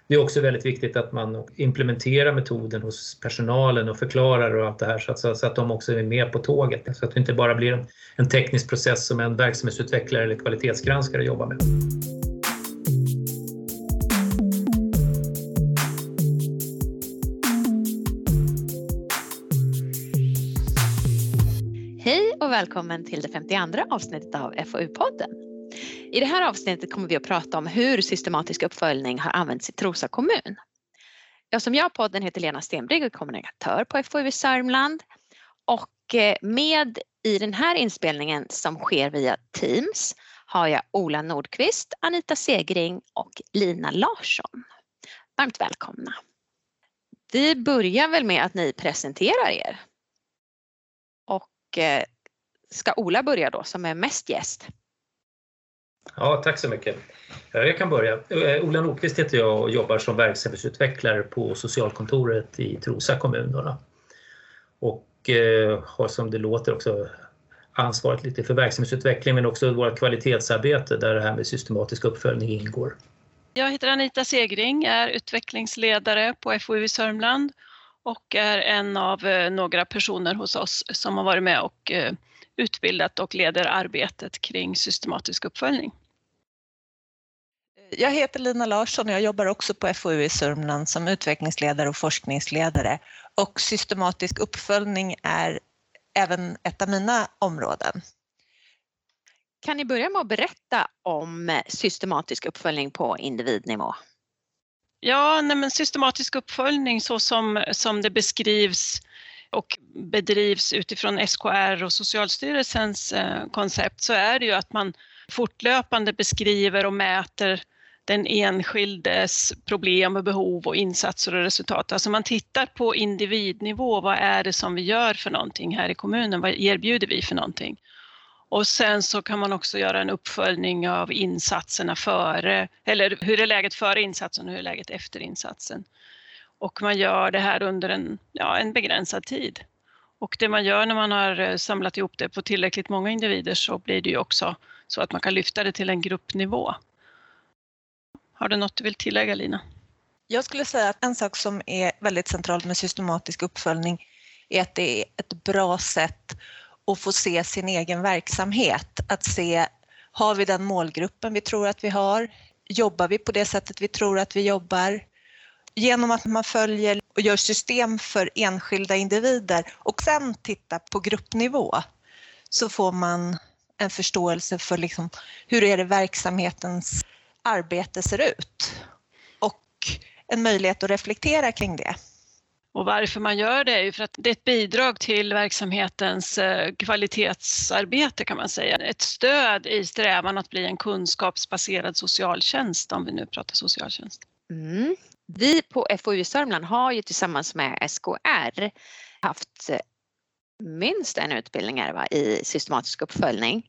Det är också väldigt viktigt att man implementerar metoden hos personalen och förklarar och allt det här så att de också är med på tåget. Så att det inte bara blir en teknisk process som en verksamhetsutvecklare eller kvalitetsgranskare jobbar med. Hej och välkommen till det 52:a avsnittet av FoU-podden. I det här avsnittet kommer vi att prata om hur systematisk uppföljning har använts i Trosa kommun. Jag som gör podden heter Lena Stenbrigg och är kommunikatör på FoU i Sörmland. Och med i den här inspelningen som sker via Teams har jag Ola Nordqvist, Anita Segring och Lina Larsson. Varmt välkomna. Vi börjar väl med att ni presenterar er. Och ska Ola börja då som är mest gäst? Ja, tack så mycket. Jag kan börja. Ola Nordqvist heter jag och jobbar som verksamhetsutvecklare på socialkontoret i Trosa kommun. Då. Och har som det låter också ansvaret lite för verksamhetsutveckling men också vårt kvalitetsarbete där det här med systematisk uppföljning ingår. Jag heter Anita Segring, är utvecklingsledare på FoU i Sörmland och är en av några personer hos oss som har varit med och utbildat och leder arbetet kring systematisk uppföljning. Jag heter Lina Larsson och jag jobbar också på FoU i Sörmland som utvecklingsledare och forskningsledare. Och systematisk uppföljning är även ett av mina områden. Kan ni börja med att berätta om systematisk uppföljning på individnivå? Ja, men systematisk uppföljning så som det beskrivs och bedrivs utifrån SKR och Socialstyrelsens koncept så är det ju att man fortlöpande beskriver och mäter den enskildes problem och behov och insatser och resultat. Alltså man tittar på individnivå, vad är det som vi gör för någonting här i kommunen, vad erbjuder vi för någonting? Och sen så kan man också göra en uppföljning av insatserna före, eller hur är läget före insatsen och hur är läget efter insatsen. Och man gör det här under en begränsad tid. Och det man gör när man har samlat ihop det på tillräckligt många individer så blir det ju också så att man kan lyfta det till en gruppnivå. Har du något du vill tillägga, Lina? Jag skulle säga att en sak som är väldigt centralt med systematisk uppföljning är att det är ett bra sätt att få se sin egen verksamhet. Att se, har vi den målgruppen vi tror att vi har? Jobbar vi på det sättet vi tror att vi jobbar? Genom att man följer och gör system för enskilda individer och sen tittar på gruppnivå så får man en förståelse för liksom, hur är det verksamhetens arbete ser ut och en möjlighet att reflektera kring det. Och varför man gör det är ju för att det är ett bidrag till verksamhetens kvalitetsarbete kan man säga. Ett stöd i strävan att bli en kunskapsbaserad socialtjänst om vi nu pratar socialtjänst. Mm. Vi på FoU i Sörmland har ju tillsammans med SKR haft minst en utbildning i systematisk uppföljning.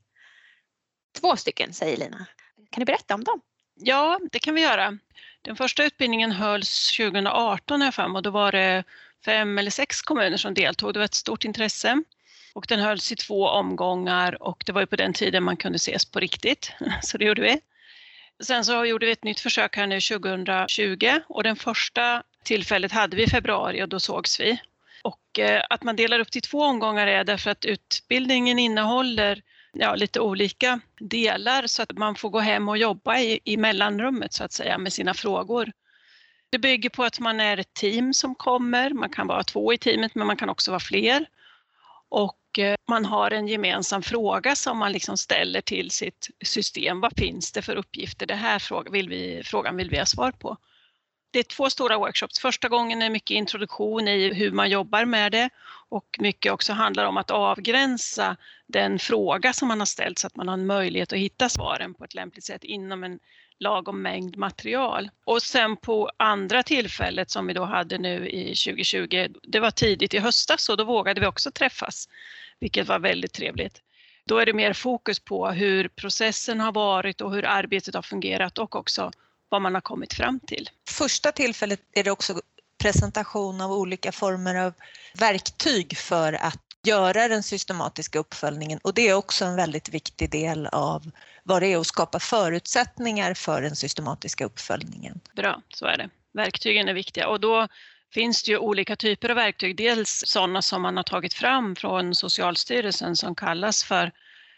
2 stycken, säger Lina. Kan du berätta om dem? Ja, det kan vi göra. Den första utbildningen hölls 2018 här fram och då var det 5 eller 6 kommuner som deltog. Det var ett stort intresse och den hölls i 2 omgångar och det var ju på den tiden man kunde ses på riktigt. Så det gjorde vi. Sen så gjorde vi ett nytt försök här nu 2020 och den första tillfället hade vi i februari och då sågs vi. Och att man delar upp till 2 omgångar är därför att utbildningen innehåller lite olika delar så att man får gå hem och jobba i mellanrummet så att säga med sina frågor. Det bygger på att man är ett team som kommer, man kan vara 2 i teamet men man kan också vara fler. Och man har en gemensam fråga som man liksom ställer till sitt system. Vad finns det för uppgifter? Det här frågan vill vi ha svar på. Det är 2 stora workshops. Första gången är mycket introduktion i hur man jobbar med det och mycket också handlar om att avgränsa den fråga som man har ställt så att man har en möjlighet att hitta svaren på ett lämpligt sätt inom en lagom mängd material. Och sen på andra tillfället som vi då hade nu i 2020, det var tidigt i höstas och då vågade vi också träffas, vilket var väldigt trevligt. Då är det mer fokus på hur processen har varit och hur arbetet har fungerat och också vad man har kommit fram till. Första tillfället är det också presentation av olika former av verktyg för att göra den systematiska uppföljningen och det är också en väldigt viktig del av vad det är att skapa förutsättningar för den systematiska uppföljningen. Bra, så är det. verktygen är viktiga. Och då finns det ju olika typer av verktyg. Dels sådana som man har tagit fram från Socialstyrelsen som kallas för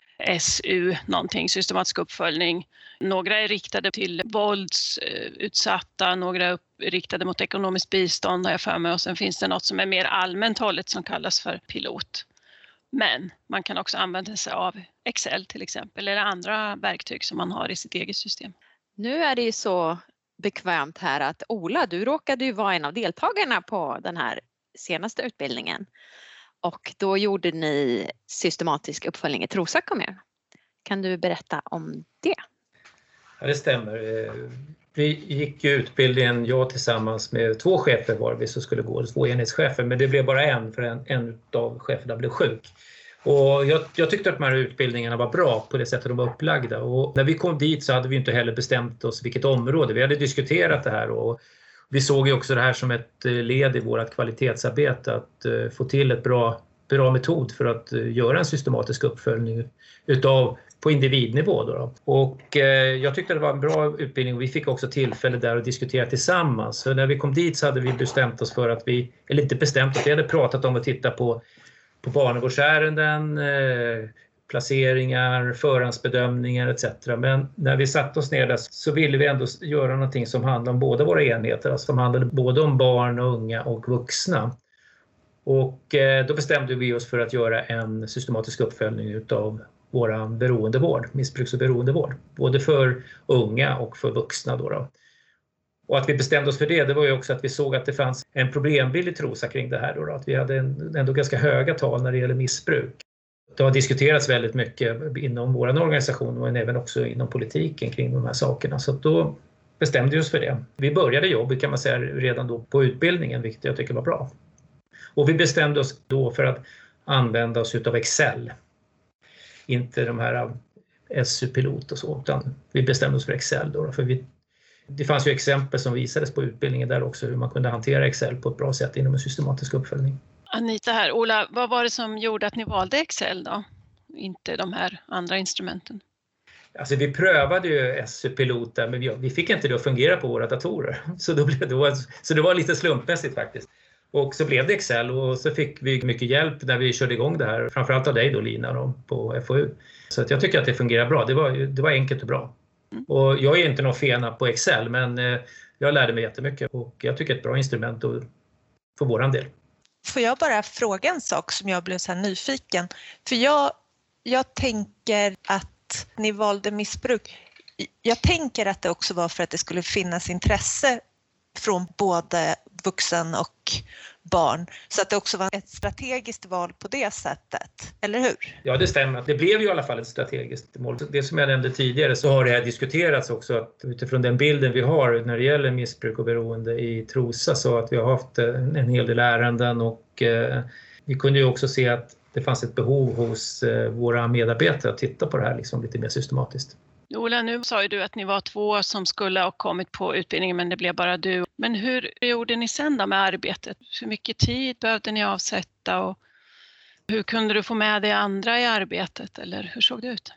SU, någonting, systematisk uppföljning. Några är riktade till våldsutsatta, några är riktade mot ekonomiskt bistånd har jag för mig, och sen finns det något som är mer allmänt hållet som kallas för pilot. Men man kan också använda sig av Excel till exempel eller andra verktyg som man har i sitt eget system. Nu är det ju så bekvämt här att Ola, du råkade ju vara en av deltagarna på den här senaste utbildningen. Och då gjorde ni systematisk uppföljning i Trosa kommun. Kan du berätta om det? Ja, det stämmer. Vi gick ju utbildningen, jag tillsammans med 2 chefer var vi så skulle gå, 2 enhetschefer, men det blev bara en för en av cheferna blev sjuk. Och jag tyckte att de här utbildningarna var bra på det sättet de var upplagda, och när vi kom dit så hade vi inte heller bestämt oss vilket område. Vi hade diskuterat det här och vi såg ju också det här som ett led i vårt kvalitetsarbete att få till ett bra metod för att göra en systematisk uppföljning utav på individnivå då. Och jag tyckte det var en bra utbildning och vi fick också tillfälle där att diskutera tillsammans. Så när vi kom dit så hade vi bestämt oss för att vi hade pratat om att titta på barnavårdsärenden, placeringar, förhandsbedömningar etc. Men när vi satt oss ner där så ville vi ändå göra någonting som handlade om båda våra enheter, alltså som handlade både om barn och unga och vuxna. Och då bestämde vi oss för att göra en systematisk uppföljning utav vår beroendevård, missbruks- och beroendevård, både för unga och för vuxna då. Och att vi bestämde oss för det var ju också att vi såg att det fanns en problembild i Trosa kring det här då, att vi hade ändå ganska höga tal när det gäller missbruk. Det har diskuterats väldigt mycket inom vår organisation och även också inom politiken kring de här sakerna, så då bestämde vi oss för det. Vi började jobbet kan man säga redan då på utbildningen, vilket jag tycker var bra. Och vi bestämde oss då för att använda oss av Excel. Inte de här SU-pilot och så, utan vi bestämde oss för Excel då. För det fanns ju exempel som visades på utbildningen där också hur man kunde hantera Excel på ett bra sätt inom en systematisk uppföljning. Anita här, Ola, vad var det som gjorde att ni valde Excel då? Inte de här andra instrumenten? Alltså vi prövade ju SU-pilot där, men vi fick inte det att fungera på våra datorer. Så det var lite slumpmässigt faktiskt. Och så blev det Excel och så fick vi mycket hjälp när vi körde igång det här. Framförallt av dig då Lina då, på FoU. Så att jag tycker att det fungerar bra. Det var enkelt och bra. Och jag är inte någon fena på Excel, men jag lärde mig jättemycket. Och jag tycker det är ett bra instrument för våran del. Får jag bara fråga en sak som jag blev så här nyfiken? För jag tänker att ni valde missbruk. Jag tänker att det också var för att det skulle finnas intresse från både vuxen och barn. Så att det också var ett strategiskt val på det sättet, eller hur? Ja, det stämmer. Det blev ju i alla fall ett strategiskt mål. Det som jag nämnde tidigare så har det här diskuterats också att utifrån den bilden vi har när det gäller missbruk och beroende i Trosa så att vi har haft en hel del ärenden och vi kunde ju också se att det fanns ett behov hos våra medarbetare att titta på det här liksom lite mer systematiskt. Ola, nu sa ju du att ni var 2 som skulle ha kommit på utbildningen men det blev bara du. Men hur gjorde ni sen då med arbetet? Hur mycket tid behövde ni avsätta och hur kunde du få med dig andra i arbetet eller hur såg det ut?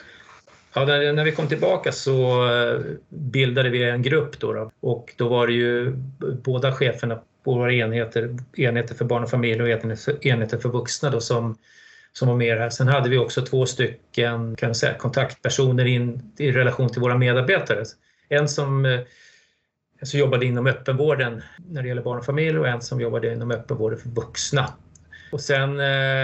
Ja, när vi kom tillbaka så bildade vi en grupp då och då var det ju båda cheferna på våra enheter för barn och familj och enheter för vuxna då som var med här. Sen hade vi också 2 stycken kan man säga, kontaktpersoner i relation till våra medarbetare. En som jobbade inom öppenvården när det gäller barn och familj och en som jobbade inom öppenvården för vuxna. Och sen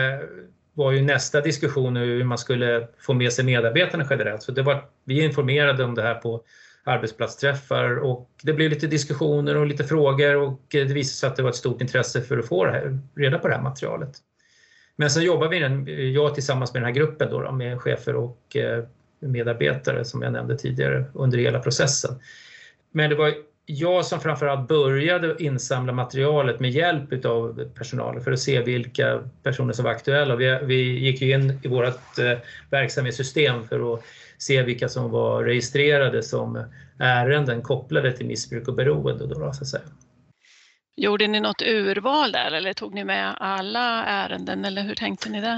var ju nästa diskussion hur man skulle få med sig medarbetarna generellt. Så vi informerade om det här på arbetsplatsträffar och det blev lite diskussioner och lite frågor och det visade sig att det var ett stort intresse för att få reda på det här materialet. Men sen jobbar jag tillsammans med den här gruppen då, med chefer och medarbetare som jag nämnde tidigare under hela processen. Men det var jag som framförallt började insamla materialet med hjälp av personalen för att se vilka personer som var aktuella. Vi gick ju in i vårt verksamhetssystem för att se vilka som var registrerade som ärenden kopplade till missbruk och beroende då, så att säga. Gjorde ni något urval där eller tog ni med alla ärenden eller hur tänkte ni där?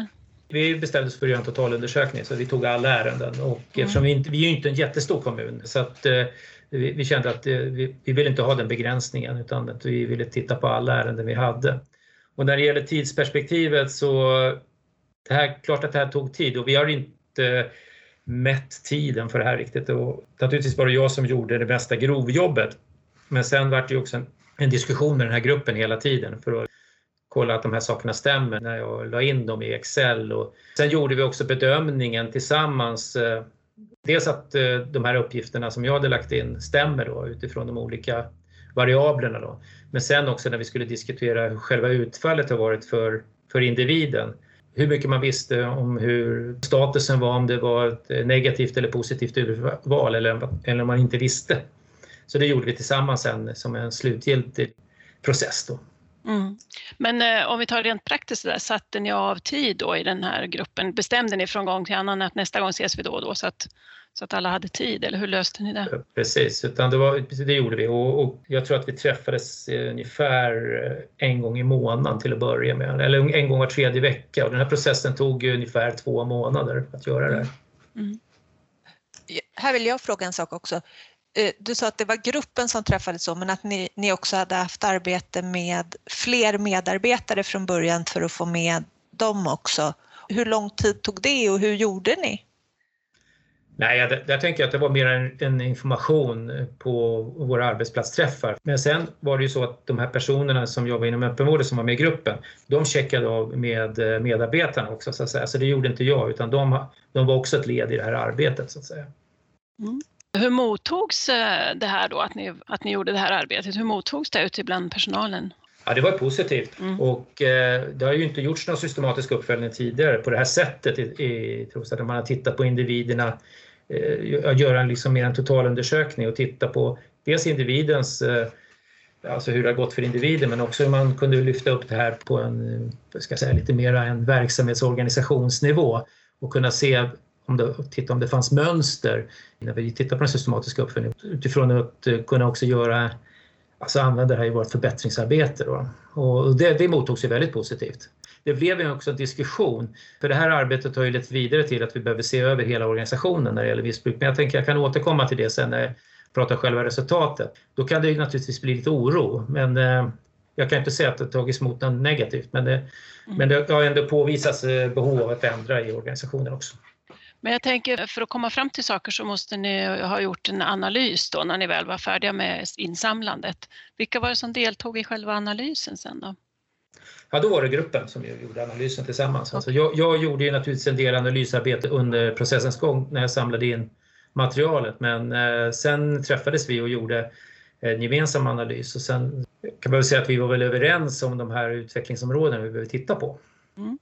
Vi bestämde oss för att göra en totalundersökning så vi tog alla ärenden och eftersom vi är ju inte en jättestor kommun så att vi kände att vi ville inte ha den begränsningen utan att vi ville titta på alla ärenden vi hade. Och när det gäller tidsperspektivet så klart att det här tog tid och vi har inte mätt tiden för det här riktigt. Och naturligtvis var det jag som gjorde det bästa grovjobbet. Men sen var det ju också en diskussion med den här gruppen hela tiden för att kolla att de här sakerna stämmer när jag la in dem i Excel. Och sen gjorde vi också bedömningen tillsammans. Dels att de här uppgifterna som jag hade lagt in stämmer då, utifrån de olika variablerna. Då. Men sen också när vi skulle diskutera hur själva utfallet har varit för individen. Hur mycket man visste om hur statusen var, om det var ett negativt eller positivt urval eller om man inte visste. Så det gjorde vi tillsammans sen som en slutgiltig process då. Mm. Men om vi tar rent praktiskt där, satte ni av tid då i den här gruppen? Bestämde ni från gång till annan att nästa gång ses vi då och då så att alla hade tid, eller hur löste ni det? Precis, utan det gjorde vi och jag tror att vi träffades ungefär en gång i månaden till att börja med, eller en gång var tredje vecka och den här processen tog ungefär 2 månader att göra det. Mm. Här vill jag fråga en sak också. Du sa att det var gruppen som träffades så, men att ni också hade haft arbete med fler medarbetare från början för att få med dem också. Hur lång tid tog det och hur gjorde ni? Nej, där tänker jag att det var mer en information på våra arbetsplatsträffar. Men sen var det ju så att de här personerna som jobbar inom öppenvården som var med i gruppen, de checkade av med medarbetarna också så att säga. Så det gjorde inte jag utan de var också ett led i det här arbetet så att säga. Mm. Hur mottogs det här då att ni gjorde det här arbetet? Hur mottogs det ute bland personalen? Ja, det var positivt och det har ju inte gjorts någon systematisk uppföljning tidigare på det här sättet i Trosa där man har tittat på individerna, göra liksom mer en totalundersökning och titta på dels individens, alltså hur det har gått för individen men också hur man kunde lyfta upp det här på en, lite mer en verksamhetsorganisationsnivå och kunna se om det fanns mönster när vi tittar på den systematiska uppföljningen utifrån att kunna också använda det här i vårt förbättringsarbete. Då. Och det mottogs ju väldigt positivt. Det blev ju också en diskussion, för det här arbetet har ju lett vidare till att vi behöver se över hela organisationen när det gäller missbruk. Men jag tänker att jag kan återkomma till det sen när jag pratar själva resultatet. Då kan det ju naturligtvis bli lite oro, men jag kan inte säga att det tagits emot något negativt. Men det har ändå påvisats behov av att ändra i organisationen också. Men jag tänker för att komma fram till saker så måste ni ha gjort en analys då när ni väl var färdiga med insamlandet. Vilka var det som deltog i själva analysen sen då? Ja, då var det gruppen som gjorde analysen tillsammans. Alltså jag gjorde ju naturligtvis en del analysarbete under processens gång när jag samlade in materialet. Men sen träffades vi och gjorde en gemensam analys. Och sen kan man väl säga att vi var väl överens om de här utvecklingsområdena vi behöver titta på. Mm.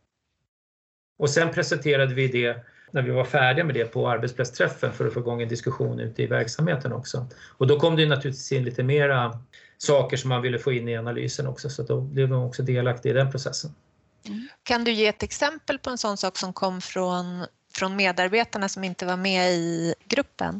Och sen presenterade vi det när vi var färdiga med det på arbetsplatsträffen för att få igång en diskussion ute i verksamheten också. Och då kom det naturligtvis in lite mera saker som man ville få in i analysen också så då blev man också delaktig i den processen. Mm. Kan du ge ett exempel på en sån sak som kom från medarbetarna som inte var med i gruppen?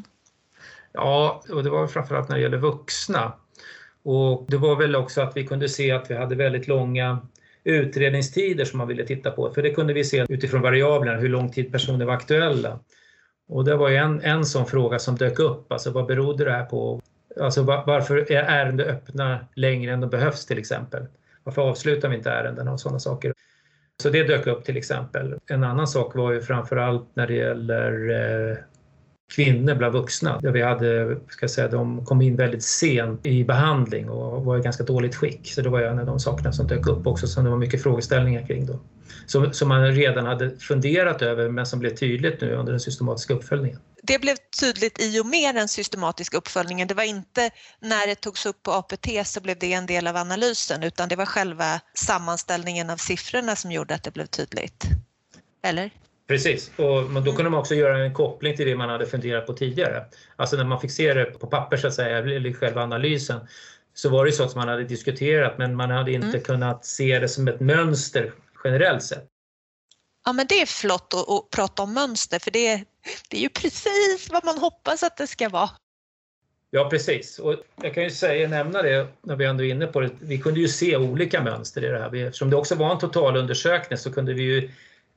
Ja, och det var framförallt när det gäller vuxna. Och det var väl också att vi kunde se att vi hade väldigt långa utredningstider som man ville titta på. För det kunde vi se utifrån variablerna hur lång tid personer var aktuella. Och det var ju en sån fråga som dök upp. Alltså vad berodde det här på? Alltså varför är ärenden öppna längre än de behövs till exempel? Varför avslutar vi inte ärenden och sådana saker? Så det dök upp till exempel. En annan sak var ju framförallt när det gäller kvinnor bland vuxna. Där vi hade, de kom in väldigt sent i behandling och var i ganska dåligt skick. Så det var en av de sakerna som dök upp också som det var mycket frågeställningar kring då. Som man redan hade funderat över men som blev tydligt nu under den systematiska uppföljningen. Det blev tydligt i och med den systematiska uppföljningen. Det var inte när det togs upp på APT så blev det en del av analysen utan det var själva sammanställningen av siffrorna som gjorde att det blev tydligt. Eller? Precis, och då kunde man också göra en koppling till det man hade funderat på tidigare. Alltså när man fick se det på papper så att säga, eller själva analysen, så var det så att man hade diskuterat men man hade inte kunnat se det som ett mönster generellt sett. Ja, men det är flott att prata om mönster för det är ju precis vad man hoppas att det ska vara. Ja, precis. Och jag kan ju nämna det när vi ändå är inne på det. Vi kunde ju se olika mönster i det här. Eftersom det också var en totalundersökning så kunde vi ju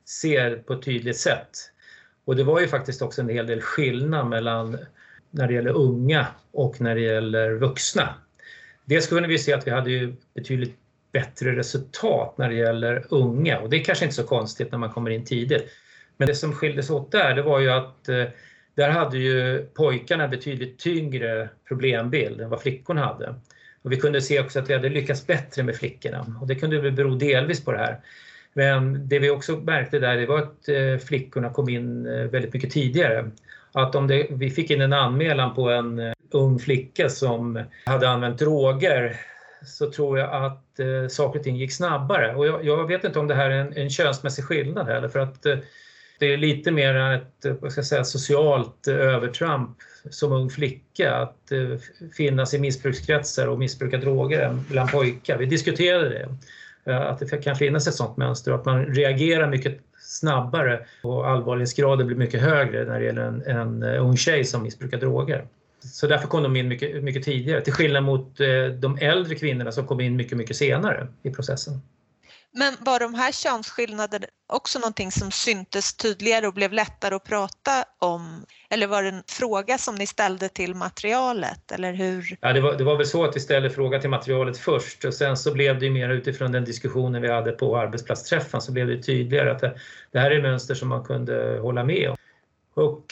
ser på ett tydligt sätt. Och det var ju faktiskt också en hel del skillnad mellan när det gäller unga och när det gäller vuxna. Dels kunde vi se att vi hade ju betydligt bättre resultat när det gäller unga, och det är kanske inte så konstigt när man kommer in tidigt. Men det som skildes åt där, det var ju att där hade ju pojkarna betydligt tyngre problembild än vad flickorna hade. Och vi kunde se också att vi hade lyckats bättre med flickorna, och det kunde väl bero delvis på det här. Men det vi också märkte där, det var att flickorna kom in väldigt mycket tidigare. Att vi fick in en anmälan på en ung flicka som hade använt droger, så tror jag att saker och ting gick snabbare. Och jag vet inte om det här är en könsmässig skillnad heller, för att det är lite mer ett socialt övertramp som ung flicka att finnas i missbrukskretsar och missbruka droger bland pojkar. Vi diskuterade det, att det kan finnas ett sådant mönster, att man reagerar mycket snabbare och allvarlighetsgraden blir mycket högre när det gäller en ung tjej som missbrukar droger. Så därför kom de in mycket, mycket tidigare, till skillnad mot de äldre kvinnorna som kom in mycket, mycket senare i processen. Men var de här könsskillnaderna också någonting som syntes tydligare och blev lättare att prata om? Eller var det en fråga som ni ställde till materialet? Eller hur? Ja, det var väl så att vi ställde fråga till materialet först, och sen så blev det mer utifrån den diskussionen vi hade på arbetsplatsträffen, så blev det tydligare att det här är mönster som man kunde hålla med om. Och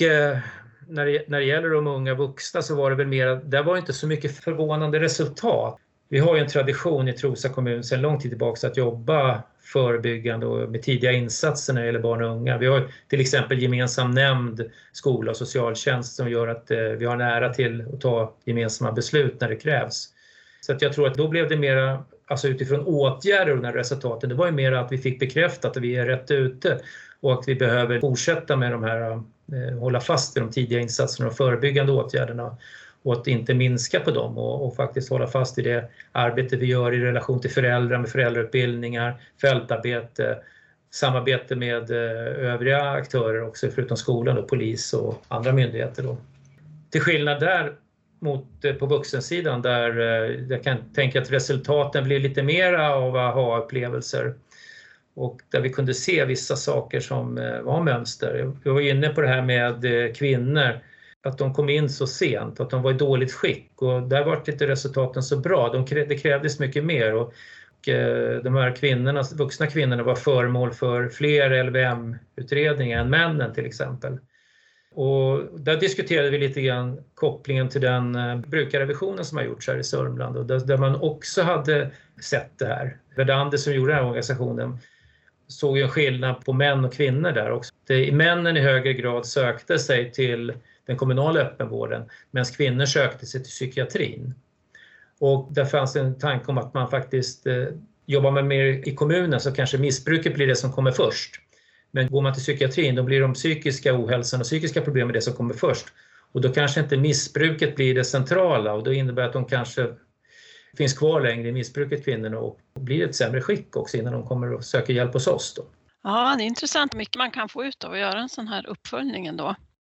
när det gäller de unga vuxna så var det väl mer, där var inte så mycket förvånande resultat. Vi har ju en tradition i Trosa kommun sedan lång tid tillbaka att jobba förebyggande och med tidiga insatser när det gäller barn och unga. Vi har till exempel gemensam nämnd, skola och socialtjänst som gör att vi har nära till att ta gemensamma beslut när det krävs. Så att jag tror att då blev det mer, alltså utifrån åtgärder och den här resultaten, det var ju mer att vi fick bekräftat att vi är rätt ute och att vi behöver fortsätta med de här, hålla fast i de tidiga insatserna och förebyggande åtgärderna. Och att inte minska på dem och faktiskt hålla fast i det arbete vi gör i relation till föräldrar med föräldrautbildningar, fältarbete, samarbete med övriga aktörer också förutom skolan och polis och andra myndigheter då. Till skillnad där mot på vuxensidan där jag kan tänka att resultaten blir lite mera av aha-upplevelser och där vi kunde se vissa saker som var mönster. Jag var inne på det här med kvinnor, att de kom in så sent, att de var i dåligt skick och där var inte resultaten så bra. Det krävdes mycket mer och de här vuxna kvinnorna var föremål för fler LVM-utredningar än männen till exempel. Och där diskuterade vi lite grann kopplingen till den brukarrevisionen som har gjorts här i Sörmland och där man också hade sett det här. Verdandi som gjorde den här organisationen såg ju en skillnad på män och kvinnor där också. Männen i högre grad sökte sig till den kommunala öppenvården medan kvinnor sökte sig till psykiatrin. Och där fanns en tanke om att man faktiskt jobbar man mer i kommunen så kanske missbruket blir det som kommer först. Men går man till psykiatrin då blir de psykiska ohälsan och psykiska problemen det som kommer först. Och då kanske inte missbruket blir det centrala och då innebär att de kanske finns kvar längre i missbruket kvinnorna och blir ett sämre skick också innan de kommer och söker hjälp hos oss då. Ja, det är intressant hur mycket man kan få ut av att göra en sån här uppföljning ändå.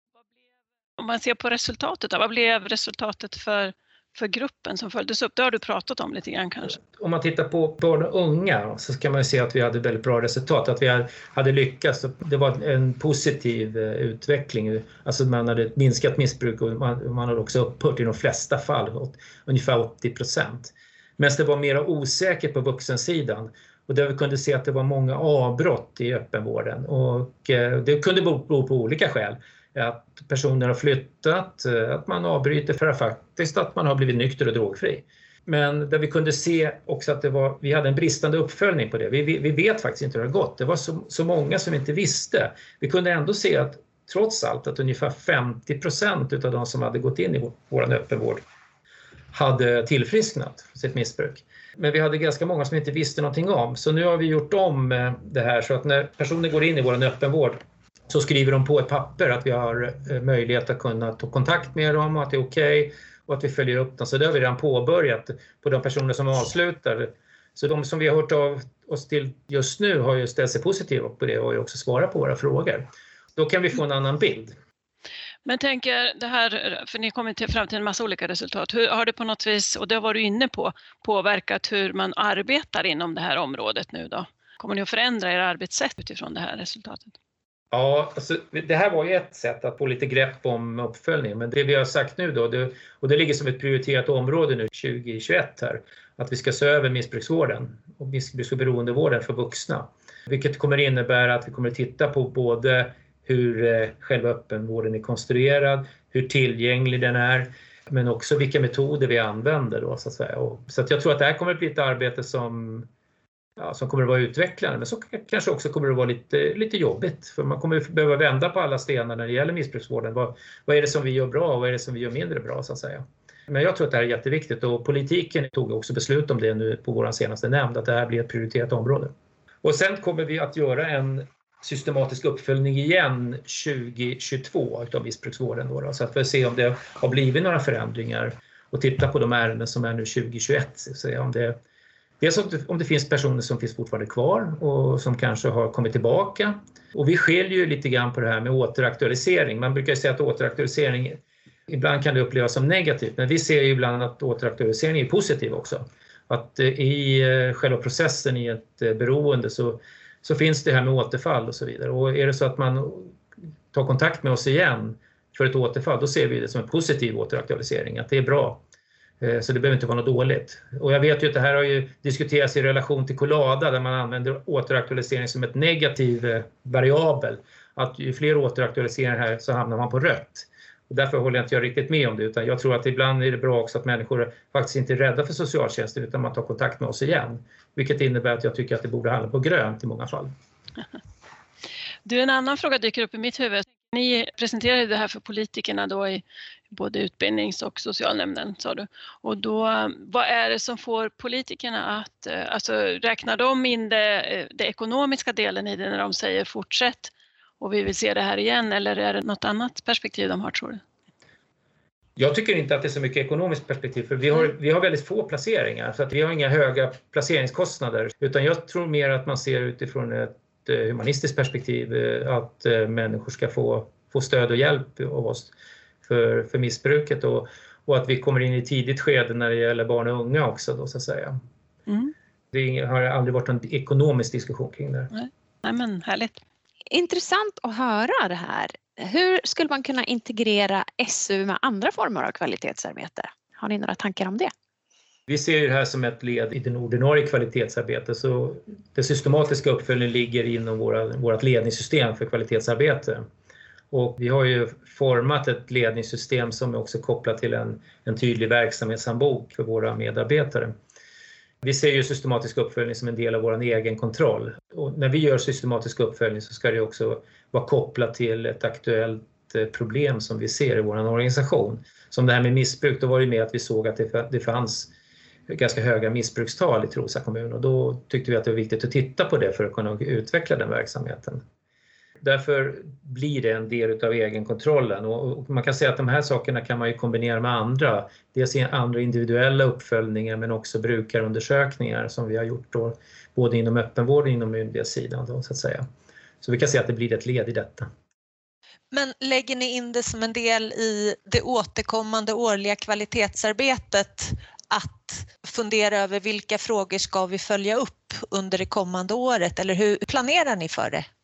Om man ser på resultatet, vad blev resultatet för gruppen som följdes upp? Det har du pratat om lite grann kanske. Om man tittar på barn och unga så kan man se att vi hade väldigt bra resultat. Att vi hade lyckats. Det var en positiv utveckling. Alltså man hade minskat missbruk och man hade också upphört i de flesta fall. Ungefär 80%. Men det var mer osäkert på vuxensidan. Och där vi kunde se att det var många avbrott i öppenvården. Och det kunde bero på olika skäl. Att personer har flyttat, att man avbryter för att man har blivit nykter och drogfri. Men där vi kunde se också att vi hade en bristande uppföljning på det. Vi vet faktiskt inte hur det har gått. Det var så många som inte visste. Vi kunde ändå se att trots allt att ungefär 50% av de som hade gått in i vår öppenvård hade tillfrisknat sitt missbruk. Men vi hade ganska många som inte visste någonting om. Så nu har vi gjort om det här så att när personer går in i vår öppenvård så skriver de på ett papper att vi har möjlighet att kunna ta kontakt med dem och att det är okej och att vi följer upp dem. Så det har vi redan påbörjat på de personer som avslutar. Så de som vi har hört av oss till just nu har ju ställt sig positiva på det och har ju också svarat på våra frågor. Då kan vi få en annan bild. Men tänker det här, för ni kommer fram till en massa olika resultat. Hur har det på något vis, och det var du inne på, påverkat hur man arbetar inom det här området nu då? Kommer ni att förändra er arbetssätt utifrån det här resultatet? Ja, alltså, det här var ju ett sätt att få lite grepp om uppföljningen, men det vi har sagt nu då, och det ligger som ett prioriterat område nu 2021 här, att vi ska se över missbruksvården och missbruks- och beroendevården för vuxna. Vilket kommer innebära att vi kommer att titta på både hur själva öppenvården är konstruerad, hur tillgänglig den är, men också vilka metoder vi använder då, så att säga. Så att jag tror att det här kommer att bli ett arbete som kommer att vara utvecklande, men så kanske också kommer att vara lite jobbigt. För man kommer att behöva vända på alla stenar när det gäller missbruksvården. Vad är det som vi gör bra och vad är det som vi gör mindre bra, så att säga. Men jag tror att det här är jätteviktigt, och politiken tog också beslut om det nu på vår senaste nämnd, att det här blir ett prioriterat område. Och sen kommer vi att göra en systematisk uppföljning igen 2022 av missbruksvården då, så att vi se om det har blivit några förändringar och titta på de ärenden som är nu 2021, så om det finns personer som finns fortfarande kvar och som kanske har kommit tillbaka. Och vi skiljer ju lite grann på det här med återaktualisering. Man brukar säga att återaktualisering ibland kan det upplevas som negativt, men vi ser ju ibland att återaktualisering är positiv också. Att i själva processen i ett beroende så finns det här med återfall och så vidare. Och är det så att man tar kontakt med oss igen för ett återfall, då ser vi det som en positiv återaktualisering, att det är bra. Så det behöver inte vara något dåligt. Och jag vet ju att det här har ju diskuterats i relation till Colada, där man använder återaktualisering som ett negativ variabel. Att ju fler återaktualiseringar här så hamnar man på rött. Och därför håller jag inte riktigt med om det, utan jag tror att ibland är det bra också att människor faktiskt inte är rädda för socialtjänsten, utan man tar kontakt med oss igen. Vilket innebär att jag tycker att det borde handla på grönt i många fall. Du, en annan fråga dyker upp i mitt huvud. Ni presenterade det här för politikerna då i både utbildnings- och socialnämnden, sa du. Och då, vad är det som får politikerna att, alltså räknar de in det ekonomiska delen i det när de säger fortsätt och vi vill se det här igen, eller är det något annat perspektiv de har, tror du? Jag tycker inte att det är så mycket ekonomiskt perspektiv, för vi har väldigt få placeringar, så att vi har inga höga placeringskostnader, utan jag tror mer att man ser utifrån ett humanistiskt perspektiv att människor ska få stöd och hjälp av oss för missbruket, och att vi kommer in i tidigt skede när det gäller barn och unga också då, så att säga. Mm. Det har aldrig varit en ekonomisk diskussion kring det. Nej, men härligt. Intressant att höra det här. Hur skulle man kunna integrera SU med andra former av kvalitetsarbete? Har ni några tankar om det? Vi ser ju det här som ett led i den ordinarie kvalitetsarbete, så det systematiska uppföljningen ligger inom vårt ledningssystem för kvalitetsarbete. Och vi har ju format ett ledningssystem som är också kopplat till en tydlig verksamhetshandbok för våra medarbetare. Vi ser ju systematisk uppföljning som en del av vår egen kontroll. Och när vi gör systematisk uppföljning så ska det också vara kopplat till ett aktuellt problem som vi ser i vår organisation. Som det här med missbruk, då var det med att vi såg att det fanns ganska höga missbrukstal i Trosa kommun, och då tyckte vi att det var viktigt att titta på det för att kunna utveckla den verksamheten. Därför blir det en del av egenkontrollen, och man kan säga att de här sakerna kan man ju kombinera med andra. Dels andra individuella uppföljningar, men också brukarundersökningar som vi har gjort då, både inom öppenvård och inom myndighetssidan då, så att säga. Så vi kan säga att det blir ett led i detta. Men lägger ni in det som en del i det återkommande årliga kvalitetsarbetet att fundera över vilka frågor ska vi följa upp under det kommande året, eller hur planerar ni för det?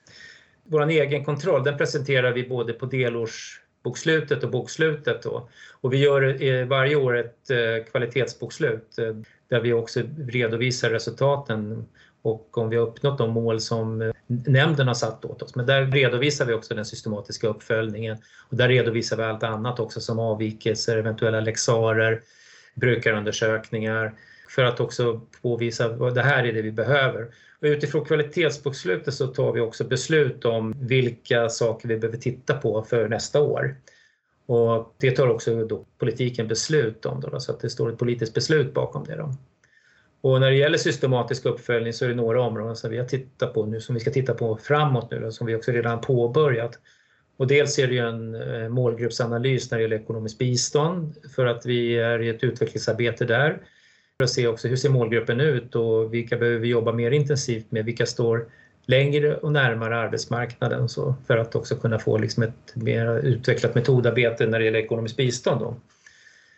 Vår egen kontroll, den presenterar vi både på delårsbokslutet och bokslutet då. Och vi gör varje år ett kvalitetsbokslut där vi också redovisar resultaten och om vi har uppnått de mål som nämnden har satt åt oss. Men där redovisar vi också den systematiska uppföljningen, och där redovisar vi allt annat också som avvikelser, eventuella läxarer, brukarundersökningar, för att också påvisa vad det här är det vi behöver. Och utifrån kvalitetsbokslutet så tar vi också beslut om vilka saker vi behöver titta på för nästa år. Och det tar också då politiken beslut om då, så att det står ett politiskt beslut bakom det då. Och när det gäller systematisk uppföljning så är det några områden som vi har tittat på nu, som vi ska titta på framåt nu då, som vi också redan påbörjat. Och dels är det ju en målgruppsanalys när det gäller ekonomiskt bistånd, för att vi är i ett utvecklingsarbete där. För att se också hur ser målgruppen ut och vilka behöver vi jobba mer intensivt med, vilka står längre och närmare arbetsmarknaden och så, för att också kunna få liksom ett mer utvecklat metodarbete när det gäller ekonomiskt bistånd då.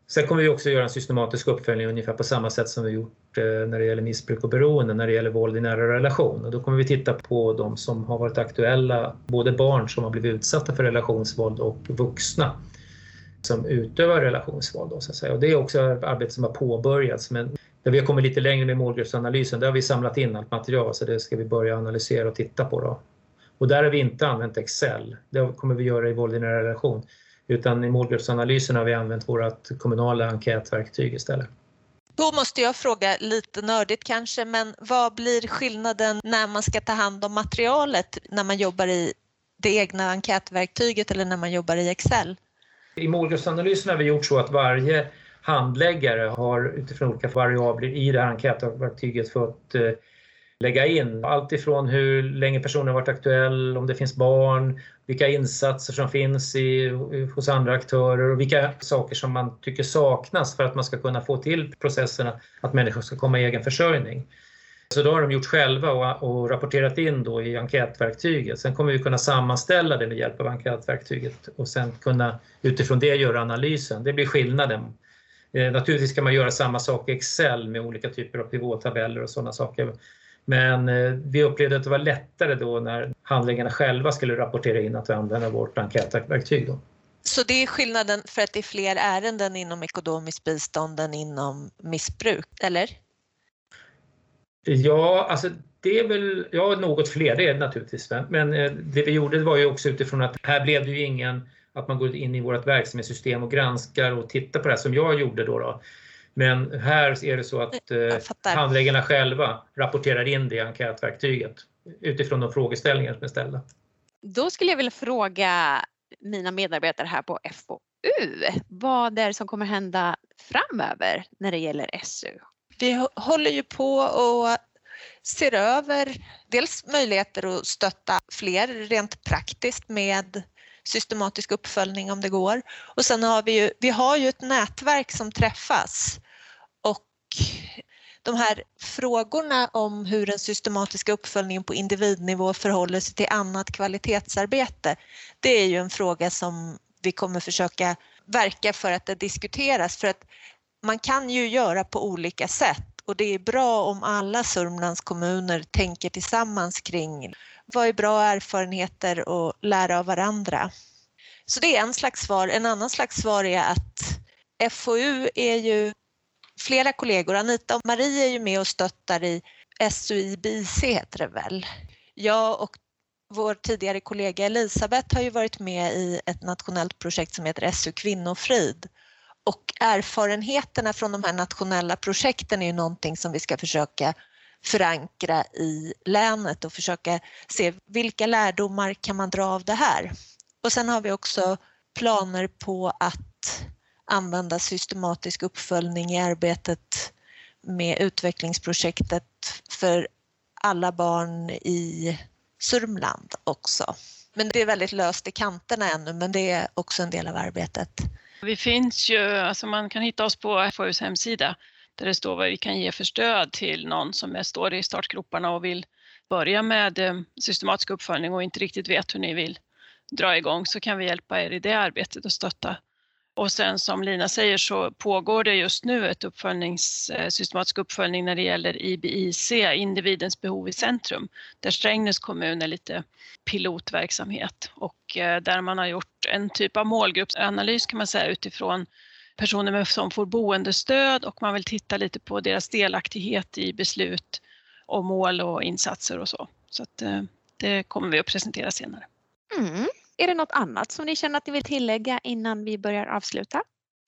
Sen kommer vi också göra en systematisk uppföljning ungefär på samma sätt som vi gjort när det gäller missbruk och beroende, när det gäller våld i nära relation. Och då kommer vi titta på de som har varit aktuella, både barn som har blivit utsatta för relationsvåld och vuxna som utövar relationsvåld. Då, så att säga. Och det är också ett arbete som har påbörjats, men där vi har kommit lite längre med målgruppsanalysen, där har vi samlat in allt material, så det ska vi börja analysera och titta på då. Och där har vi inte använt Excel, det kommer vi göra i våld i nära relation. Utan i målgruppsanalysen har vi använt vårt kommunala enkätverktyg istället. Då måste jag fråga lite nördigt kanske, men vad blir skillnaden när man ska ta hand om materialet när man jobbar i det egna enkätverktyget eller när man jobbar i Excel? I målgruppsanalysen har vi gjort så att varje handläggare har utifrån olika variabler i det här enkätverktyget fått lägga in allt ifrån hur länge personen har varit aktuell, om det finns barn, vilka insatser som finns hos andra aktörer och vilka saker som man tycker saknas för att man ska kunna få till processerna att människor ska komma i egen försörjning. Så då har de gjort själva och rapporterat in då i enkätverktyget. Sen kommer vi kunna sammanställa det med hjälp av enkätverktyget och sen kunna utifrån det göra analysen. Det blir skillnaden. Naturligtvis kan man göra samma sak i Excel med olika typer av pivottabeller och sådana saker. Men vi upplevde att det var lättare då när handläggarna själva skulle rapportera in att vi använder vårt enkätverktyg då. Så det är skillnaden för att det är fler ärenden inom ekonomiskt bistånd än inom missbruk, eller? Ja, alltså det är väl något fler, det är det naturligtvis. Men det vi gjorde var ju också utifrån att här blev det ju ingen att man går in i vårt verksamhetssystem och granskar och tittar på det här som jag gjorde då. Men här är det så att handläggarna själva rapporterar in det i enkätverktyget utifrån de frågeställningar som är ställda. Då skulle jag vilja fråga mina medarbetare här på FoU. Vad är det som kommer hända framöver när det gäller SU? Vi håller ju på och ser över dels möjligheter att stötta fler rent praktiskt med systematisk uppföljning om det går. Och sen har vi har ju ett nätverk som träffas och de här frågorna om hur den systematiska uppföljningen på individnivå förhåller sig till annat kvalitetsarbete, det är ju en fråga som vi kommer försöka verka för att det diskuteras, för att man kan ju göra på olika sätt och det är bra om alla Sörmlands kommuner tänker tillsammans kring vad är bra erfarenheter och lära av varandra. Så det är en slags svar. En annan slags svar är att FoU är ju flera kollegor. Anita och Marie är ju med och stöttar i SUIBIC heter det väl. Jag och vår tidigare kollega Elisabeth har ju varit med i ett nationellt projekt som heter SU Kvinnofrid. Och erfarenheterna från de här nationella projekten är ju någonting som vi ska försöka förankra i länet och försöka se vilka lärdomar kan man dra av det här. Och sen har vi också planer på att använda systematisk uppföljning i arbetet med utvecklingsprojektet för alla barn i Sörmland också. Men det är väldigt löst i kanterna ännu, men det är också en del av arbetet. Vi finns ju, alltså man kan hitta oss på FoUs hemsida där det står vad vi kan ge för stöd till någon som står i startgroparna och vill börja med systematisk uppföljning och inte riktigt vet hur ni vill dra igång, så kan vi hjälpa er i det arbetet och stötta. Och sen som Lina säger så pågår det just nu ett systematisk uppföljning när det gäller IBIC, individens behov i centrum, där Strängnäs kommun är lite pilotverksamhet och där man har gjort en typ av målgruppsanalys kan man säga utifrån personer som får boendestöd och man vill titta lite på deras delaktighet i beslut och mål och insatser och så. Så att det kommer vi att presentera senare. Mm. Är det något annat som ni känner att ni vill tillägga innan vi börjar avsluta?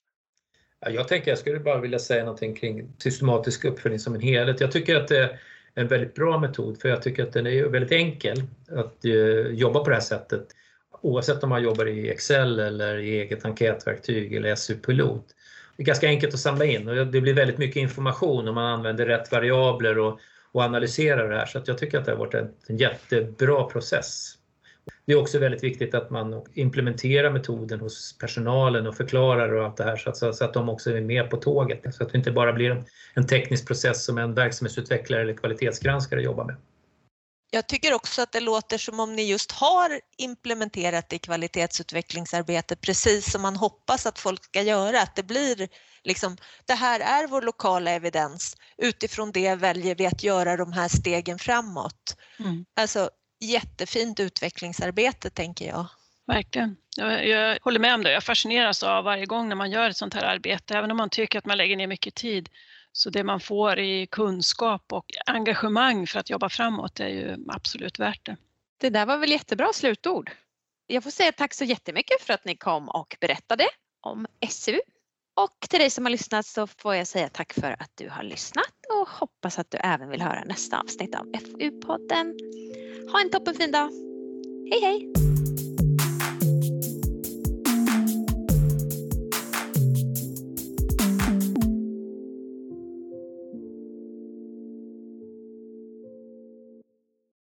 Jag skulle bara vilja säga någonting kring systematisk uppföljning som en helhet. Jag tycker att det är en väldigt bra metod, för jag tycker att den är väldigt enkel att jobba på det här sättet. Oavsett om man jobbar i Excel eller i eget enkätverktyg eller SU-pilot. Det är ganska enkelt att samla in och det blir väldigt mycket information om man använder rätt variabler och analyserar det här. Så att jag tycker att det har varit en jättebra process. Det är också väldigt viktigt att man implementerar metoden hos personalen och förklarar och allt det här så att de också är med på tåget. Så att det inte bara blir en teknisk process som en verksamhetsutvecklare eller kvalitetsgranskare jobbar med. Jag tycker också att det låter som om ni just har implementerat det i kvalitetsutvecklingsarbetet precis som man hoppas att folk ska göra. Att det blir liksom, det här är vår lokala evidens. Utifrån det väljer vi att göra de här stegen framåt. Alltså jättefint utvecklingsarbete tänker jag. Verkligen. Jag håller med om det. Jag fascineras av varje gång när man gör ett sånt här arbete. Även om man tycker att man lägger ner mycket tid. Så det man får i kunskap och engagemang för att jobba framåt är ju absolut värt det. Det där var väl jättebra slutord. Jag får säga tack så jättemycket för att ni kom och berättade om SU. Och till dig som har lyssnat så får jag säga tack för att du har lyssnat och hoppas att du även vill höra nästa avsnitt av FoU-podden. Ha en toppenfin dag. Hej hej!